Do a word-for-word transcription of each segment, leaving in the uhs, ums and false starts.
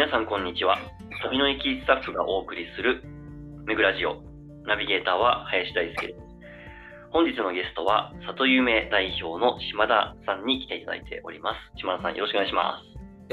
皆さんこんにちは。旅の駅スタッフがお送りするめぐラジオ。ナビゲーターは林大輔です。本日のゲストは里夢代表の島田さんに来ていただいております。島田さん、よろしくお願いします。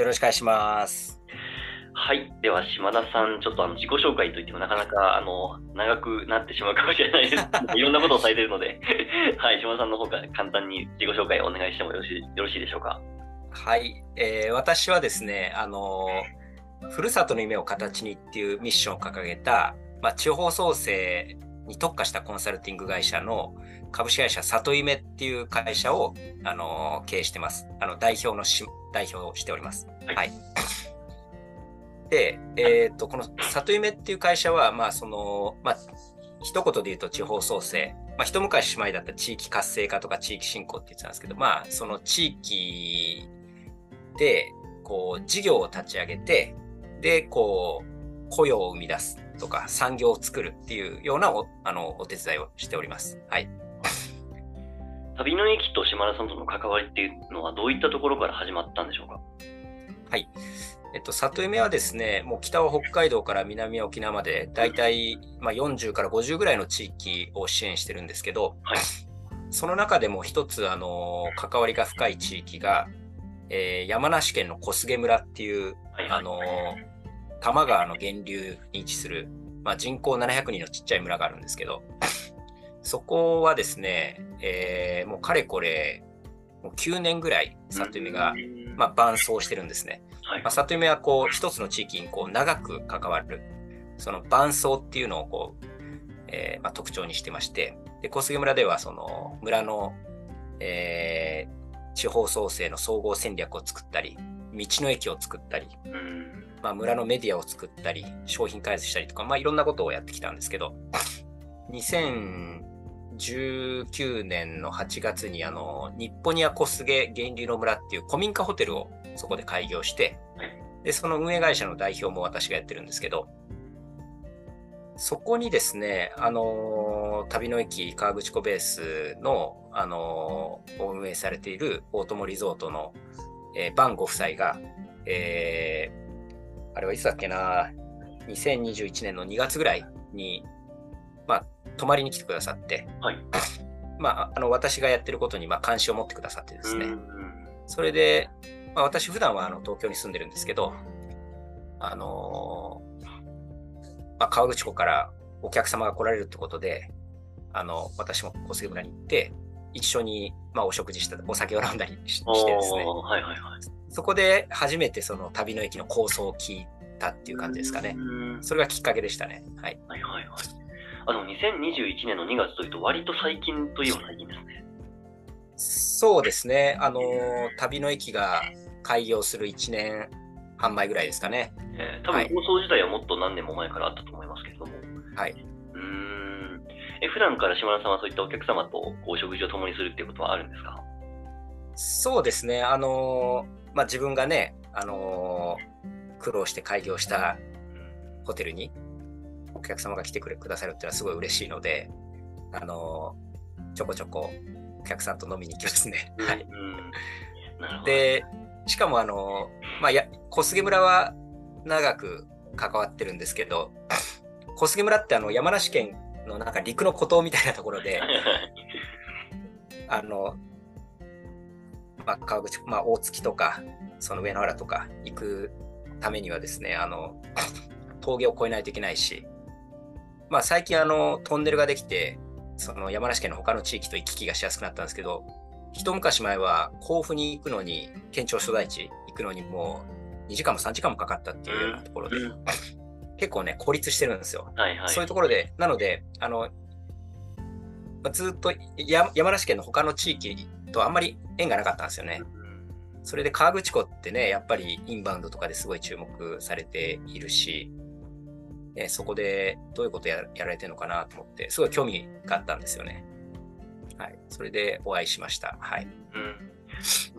よろしくお願いします。 はい。では島田さん、ちょっとあの自己紹介といってもなかなかあの長くなってしまうかもしれないです。いろんなことをされているので、はい、島田さんの方から簡単に自己紹介をお願いしてもよろしい、よろしいでしょうか。 はい、えー、私はですね、あのふるさとの夢を形にっていうミッションを掲げた、まあ、地方創生に特化したコンサルティング会社の株式会社里夢っていう会社を、あの経営してます。あの代表のし代表をしております。はい。はい、で、えー、とこの里夢っていう会社は、まあそのまあ、一言で言うと地方創生、まあ、一昔前だった地域活性化とか地域振興って言ってたんですけど、まあその地域でこう事業を立ち上げて、でこう雇用を生み出すとか産業を作るっていうような お, あのお手伝いをしております。はい。 旅の駅と島田さんとの関わりっていうのはどういったところから始まったんでしょうか。 はい。えっと、里夢はですね、もう北は北海道から南は沖縄まで、だいたいまあよんじゅうからごじゅうぐらいの地域を支援してるんですけど、はい、その中でも一つ、あの、関わりが深い地域が、えー、山梨県の小菅村っていう、はいはい、あの、多摩川の源流に位置する、まあ、人口ななひゃくにんのちっちゃい村があるんですけど、そこはですね、えー、もうかれこれ、もうきゅうねんぐらい里夢が、まあ、伴走してるんですね。はい、まあ、里夢はこう一つの地域にこう長く関わる、その伴走っていうのをこう、えーまあ、特徴にしてまして、で小菅村ではその村の、えー、地方創生の総合戦略を作ったり、道の駅を作ったり、まあ、村のメディアを作ったり、商品開発したりとか、まあ、いろんなことをやってきたんですけど、にせんじゅうきゅうねんのはちがつにあの日本には小菅源流の村っていう古民家ホテルをそこで開業して、でその運営会社の代表も私がやってるんですけど、そこにですね、あの旅の駅河口湖ベースの、あのを運営されている大友リゾートの、えー、バンご夫妻が、えー、あれはいつだっけな、にせんにじゅういちねんのにがつぐらいに、まあ、泊まりに来てくださって、はい、まあ、あの私がやってることにまあ関心を持ってくださってですね、それで、まあ、私普段はあの東京に住んでるんですけど、あのーまあ、河口湖からお客様が来られるってことで、あの私も小菅村に行って一緒にまあお食事したお酒を飲んだり し, してですね、はいはいはい、そこで初めてその旅の駅の構想を聞いたっていう感じですかね。それがきっかけでしたね。はい、はいはいはい。 あのにせんにじゅういちねんのにがつというと割と最近といえば最近ですね。 そうですね。あの旅の駅が開業するいちねんはん前ぐらいですかね。 えー、多分構想自体はもっと何年も前からあったと思いますけれども。 はい。 うーん。え、普段から島田さんはそういったお客様とお食事を共にするっていうことはあるんですか？ そうですね。あのまあ自分がね、あの苦労して開業したホテルにお客様が来てくれくださるっていうのはすごい嬉しいので、あのちょこちょこお客さんと飲みに行きますね。はい。で、しかもあの、まあ、や小菅村は長く関わってるんですけど、小菅村ってあの山梨県のなんか陸の孤島みたいなところで、あの、まあ、川口、まあ、大月とかその上野原とか行くためにはですね、あの峠を越えないといけないし、まあ、最近あのトンネルができて、その山梨県の他の地域と行き来がしやすくなったんですけど、一昔前は甲府に行くのに、県庁所在地行くのにもうにじかんもさんじかんもかかったっていうようなところで、うん、結構ね孤立してるんですよ。はいはい、そういうところで、なのであのずっとや山梨県の他の地域とあんまり縁がなかったんですよね。それで河口湖ってね、やっぱりインバウンドとかですごい注目されているし、えそこでどういうことややられてるのかなと思って、すごい興味があったんですよね。はい、それでお会いしました。はい。 うん、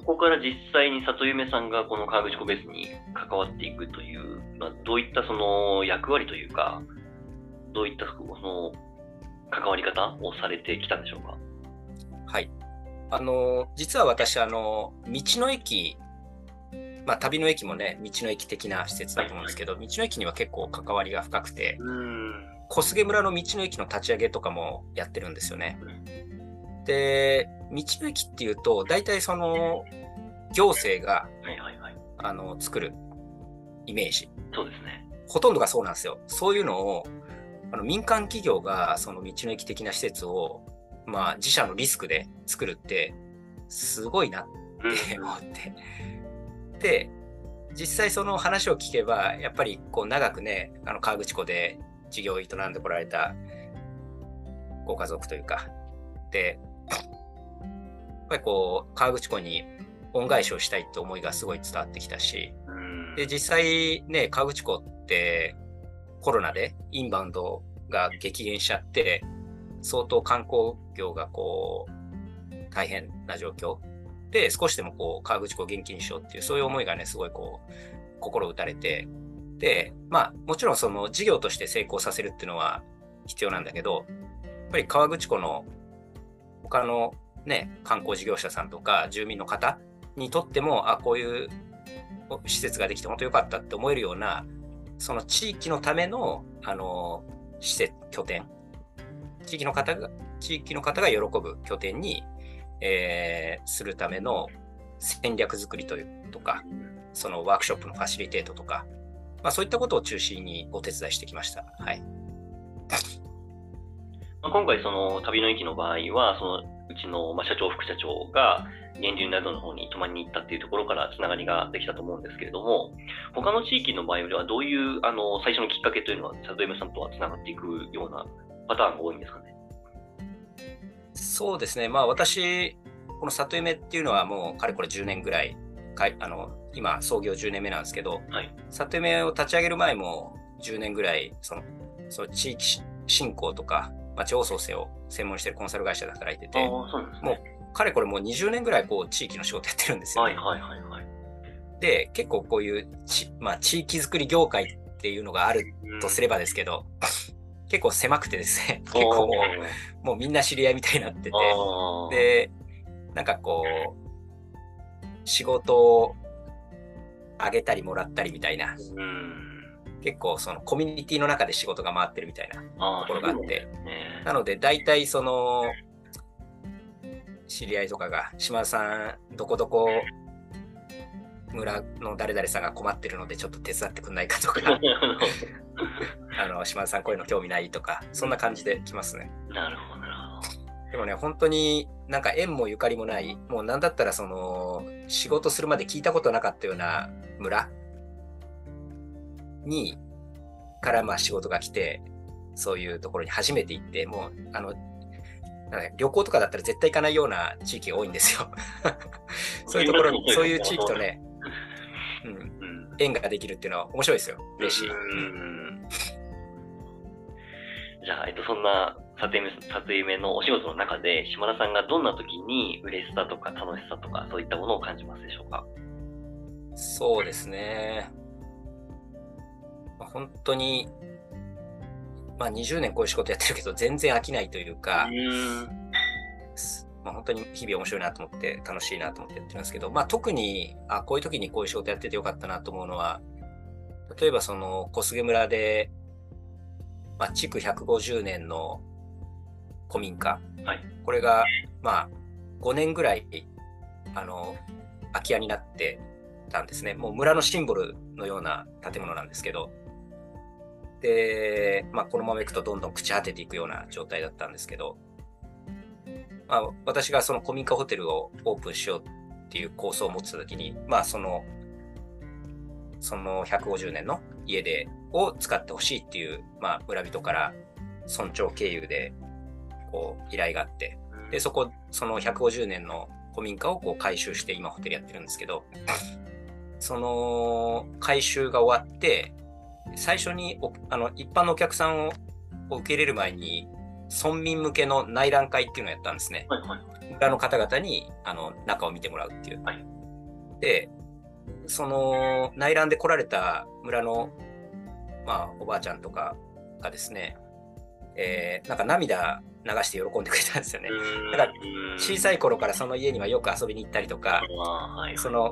ここから実際に里夢さんがこの河口湖ベースに関わっていくという、まあ、どういったその役割というか、どういったその関わり方をされてきたんでしょうか。 はい。あの実は私あの道の駅、 まあ、旅の駅もね、道の駅的な施設だと思うんですけど、道の駅には結構関わりが深くて、小菅村の道の駅の立ち上げとかもやってるんですよね。で、道の駅っていうと、大体その行政が、はいはいはい、あの作るイメージ。 そうですね。 ほとんどがそうなんですよ。そういうのをあの民間企業がその道の駅的な施設を、まあ、自社のリスクで作るってすごいなって思って。で、実際その話を聞けば、やっぱりこう長くね、あの河口湖で事業を営んでこられたご家族というか、で、やっぱりこう河口湖に恩返しをしたいって思いがすごい伝わってきたし、で、実際ね、河口湖ってコロナでインバウンドが激減しちゃって、相当観光業がこう大変な状況で、少しでもこう河口湖を元気にしようっていう、そういう思いがね、すごいこう心打たれて、で、まあもちろんその事業として成功させるっていうのは必要なんだけど、やっぱり河口湖の他のね、観光事業者さんとか住民の方にとっても、あ、こういう施設ができて本当良かったって思えるような、その地域のためのあの施設拠点、地域の方が地域の方が喜ぶ拠点に、えー、するための戦略作りというとか、そのワークショップのファシリテートとか、まあ、そういったことを中心にお手伝いしてきました。はい。 今回その旅の駅の場合は、そのうちの社長副社長が源流などの方に泊まりに行ったっていうところからつながりができたと思うんですけれども、他の地域の場合ではどういうあの最初のきっかけというのは里山さんとはつながっていくようなパターンが多いんですかね。 そうですね、まあ私この里夢っていうのはもうかれこれじゅうねんぐらい、あの今創業じゅうねんめなんですけど、はい、里夢を立ち上げる前もじゅうねんぐらいそのその地域振興とか地方創生を専門にしているコンサル会社で働いてて、ね、もうかれこれもうにじゅうねんぐらいこう地域の仕事やってるんですよね。はいはいはいはい、で、結構こういうち、まあ、地域づくり業界っていうのがあるとすればですけど、うん、結構狭くてですね、結構もう、もうみんな知り合いみたいになってて、で、なんかこう、仕事をあげたりもらったりみたいな、うん、結構そのコミュニティの中で仕事が回ってるみたいなところがあって、ね、なので大体その知り合いとかが島田さんどこどこ村の誰々さんが困ってるのでちょっと手伝ってくんないかとかあの島田さんこういうの興味ないとかそんな感じで来ますね。 なるほどなるほど。でもね本当になんか縁もゆかりもないもうなんだったらその仕事するまで聞いたことなかったような村にからまあ仕事が来てそういうところに初めて行ってもうあの旅行とかだったら絶対行かないような地域が多いんですよそういうところにそういう地域とね、うん、縁ができるっていうのは面白いですよ。嬉しい。うんじゃあ、えっと、そんな里夢、里夢のお仕事の中で島田さんがどんな時に嬉しさとか楽しさとかそういったものを感じますでしょうか。 そうですね、本当にまあにじゅうねんこういう仕事やってるけど全然飽きないというか、まあ、本当に日々面白いなと思って楽しいなと思ってやってるんですけど、まあ、特にあこういう時にこういう仕事やっててよかったなと思うのは例えばその小菅村で、まあ、築ひゃくごじゅうねんの古民家、はい、これがまあごねんぐらいあの空き家になってたんですね。もう村のシンボルのような建物なんですけどで、まあ、このままいくとどんどん朽ち果てていくような状態だったんですけど、まあ、私がその古民家ホテルをオープンしようっていう構想を持ってた時に、まあ、そのそのひゃくごじゅうねんの家でを使ってほしいっていう、まあ、村人から村長経由でこう依頼があってでそこそのひゃくごじゅうねんの古民家をこう改修して今ホテルやってるんですけどその改修が終わって最初にあの一般のお客さんを受け入れる前に村民向けの内覧会っていうのをやったんですね。はいはい、村の方々にあの中を見てもらうっていう。はい、でその内覧で来られた村の、まあ、おばあちゃんとかがですね、えー、なんか涙流して喜んでくれたんですよね。だから小さい頃からその家にはよく遊びに行ったりとか、はいはい、その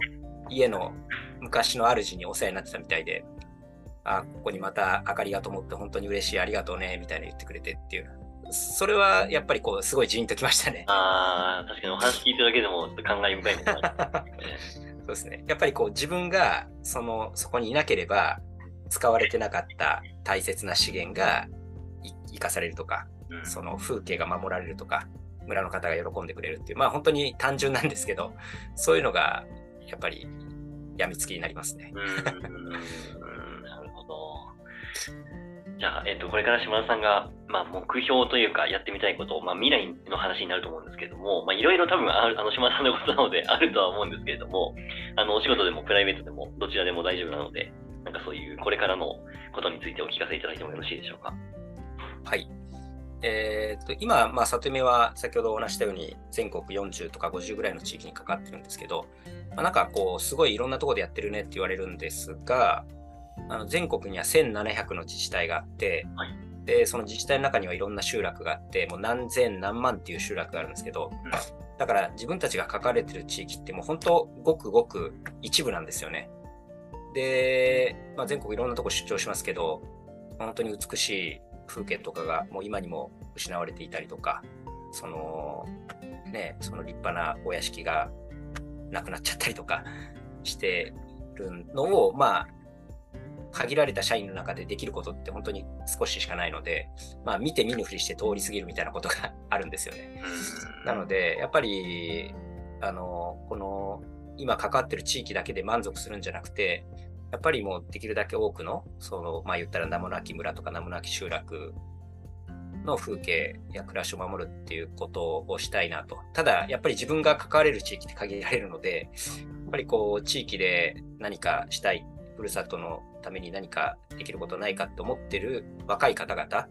家の昔の主にお世話になってたみたいで、あ、ここにまた明かりが灯って本当に嬉しい、ありがとうね、みたいな言ってくれてっていう。それはやっぱりこう、すごいジーンときましたね。 ああ、確かにお話聞いてるだけでも感慨深いものがありますね。 そうですね。やっぱりこう、自分がその、そこにいなければ、使われてなかった大切な資源が生かされるとか、うん、その風景が守られるとか、村の方が喜んでくれるっていう、まあ本当に単純なんですけど、そういうのがやっぱり病みつきになりますね。 うん、なるほど。じゃあ、えっと、これから島田さんが、まあ、目標というかやってみたいこと、まあ、未来の話になると思うんですけれども、まあ、いろいろ多分ある、あの、島田さんのことなのであるとは思うんですけれども、あの、お仕事でもプライベートでもどちらでも大丈夫なので、なんかそういうこれからのことについてお聞かせいただいてもよろしいでしょうか。 はい。えー、っと今、まあ、里見は先ほどお話したように全国よんじゅうとかごじゅうぐらいの地域にかかってるんですけど、まあ、なんかこうすごいいろんなところでやってるねって言われるんですが、あの全国にはせんななひゃくの自治体があって、はい、でその自治体の中にはいろんな集落があって、もう何千何万っていう集落があるんですけど、うん、だから自分たちが関われてる地域ってもう本当ごくごく一部なんですよね。で、まあ、全国いろんなとこ出張しますけど、本当に美しい風景とかがもう今にも失われていたりとか、そのね、その立派なお屋敷がなくなっちゃったりとかしてるのを、まあ限られた社員の中でできることって本当に少ししかないので、まあ見て見ぬふりして通り過ぎるみたいなことがあるんですよね。なのでやっぱりあのこの今関わってる地域だけで満足するんじゃなくて、やっぱりもうできるだけ多くの、その、まあ言ったら名もなき村とか名もなき集落の風景や暮らしを守るっていうことをしたいなと。ただ、やっぱり自分が関われる地域って限られるので、やっぱりこう、地域で何かしたい、ふるさとのために何かできることないかって思ってる若い方々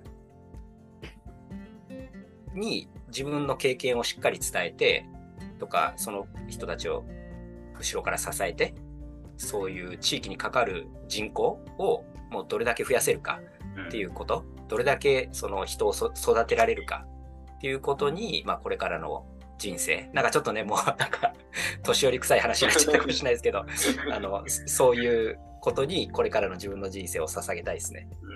に自分の経験をしっかり伝えて、とか、その人たちを後ろから支えて、そういう地域に関わる人口をもうどれだけ増やせるかっていうこと、うん、どれだけその人を育てられるかっていうことに、まあ、これからの人生、なんかちょっとね、もうなんか年寄り臭い話になっちゃったかもしれないですけど、あのそういうことにこれからの自分の人生を捧げたいですね。うん、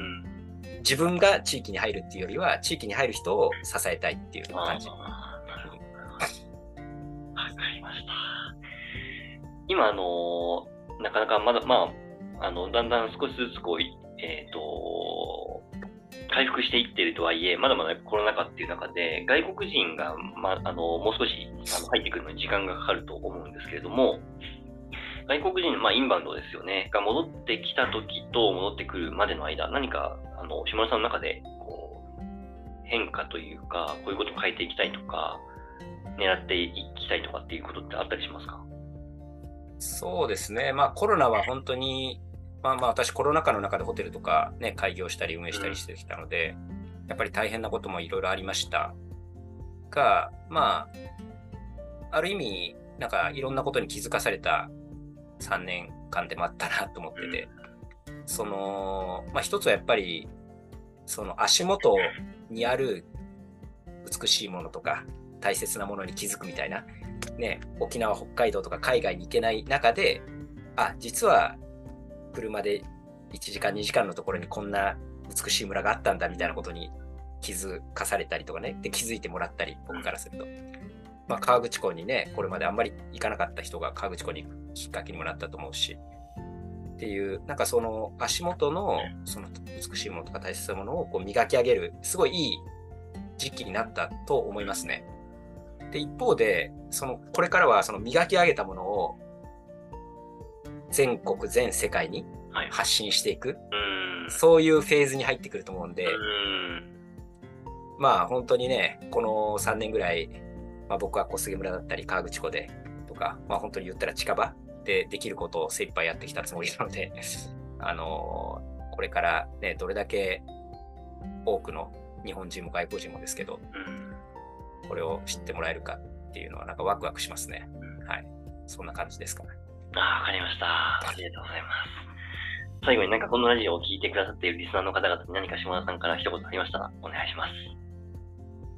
自分が地域に入るっていうよりは、地域に入る人を支えたいっていう感じ。わかりました。今あのなかなかまだ、まあ、あの、だんだん少しずつこう、えっと、回復していっているとはいえ、まだまだコロナ禍っていう中で、外国人が、ま、あの、もう少しあの入ってくるのに時間がかかると思うんですけれども、外国人、まあ、インバウンドですよね、が戻ってきた時と戻ってくるまでの間、何か、あの、島田さんの中で、こう、変化というか、こういうことを変えていきたいとか、狙っていきたいとかっていうことってあったりしますか？ そうですね、まあコロナは本当に、まあまあ私コロナ禍の中でホテルとかね、開業したり運営したりしてきたので、うん、やっぱり大変なこともいろいろありましたが、まあ、ある意味、なんかいろんなことに気づかされたさんねんかんでもあったなと思ってて、うん、その、まあ一つはやっぱり、その足元にある美しいものとか大切なものに気づくみたいな、ね、沖縄、北海道とか海外に行けない中で、あ、実は車でいちじかん、にじかんのところにこんな美しい村があったんだみたいなことに気づかされたりとかね、で気づいてもらったり、僕からすると。まあ、河口湖にね、これまであんまり行かなかった人が河口湖に行くきっかけにもなったと思うし、っていう、なんかその足元のその美しいものとか大切なものをこう磨き上げる、すごいいい時期になったと思いますね。で一方でそのこれからはその磨き上げたものを全国全世界に発信していく、はい、うそういうフェーズに入ってくると思うんで、うんまあ本当にねこのさんねんぐらい、まあ、僕は小菅村だったり河口湖でとか、まあ、本当に言ったら近場でできることを精一杯やってきたつもりなのであのー、これからねどれだけ多くの日本人も外国人もですけど、うんこれを知ってもらえるかっていうのはなんかワクワクしますね。うん、はい。そんな感じですかね。 ああ、わかりました。ありがとうございます。最後になんかこのラジオを聞いてくださっているリスナーの方々に何か下田さんから一言ありましたらお願いします。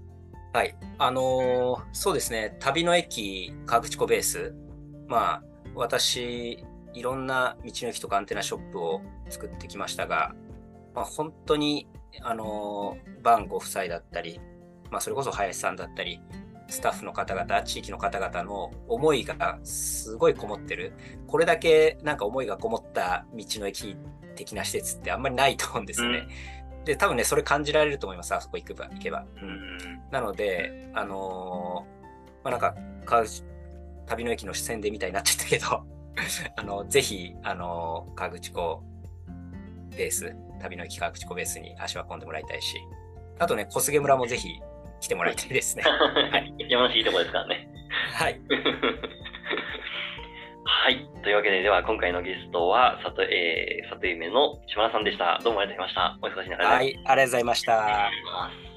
はい。あのー、そうですね。旅の駅河口湖ベース。まあ、 私、いろんな道の駅とかアンテナショップを作ってきましたが、まあ、本当に、あのー、バンご夫妻だったり、まあ、それこそ林さんだったり、スタッフの方々、地域の方々の思いがすごいこもってる。これだけなんか思いがこもった道の駅的な施設ってあんまりないと思うんですよね。うん、で、多分ね、それ感じられると思います、あそこ行けば。行けばうん、なので、あのー、まあ、なんか、旅の駅の宣伝みたいになっちゃったけど、あの、ぜひ、あの、河口湖ベース、旅の駅河口湖ベースに足を運んでもらいたいし、あとね、小菅村もぜひ来てもらいたいですね。 はい。山梨いいとこですからね。 はい。 はい。というわけで、では今回のゲストは、里、えー、里夢の島田さんでした。どうもありがとうございました。お忙しい中で。 はい、ありがとうございました。 ありがとうございます。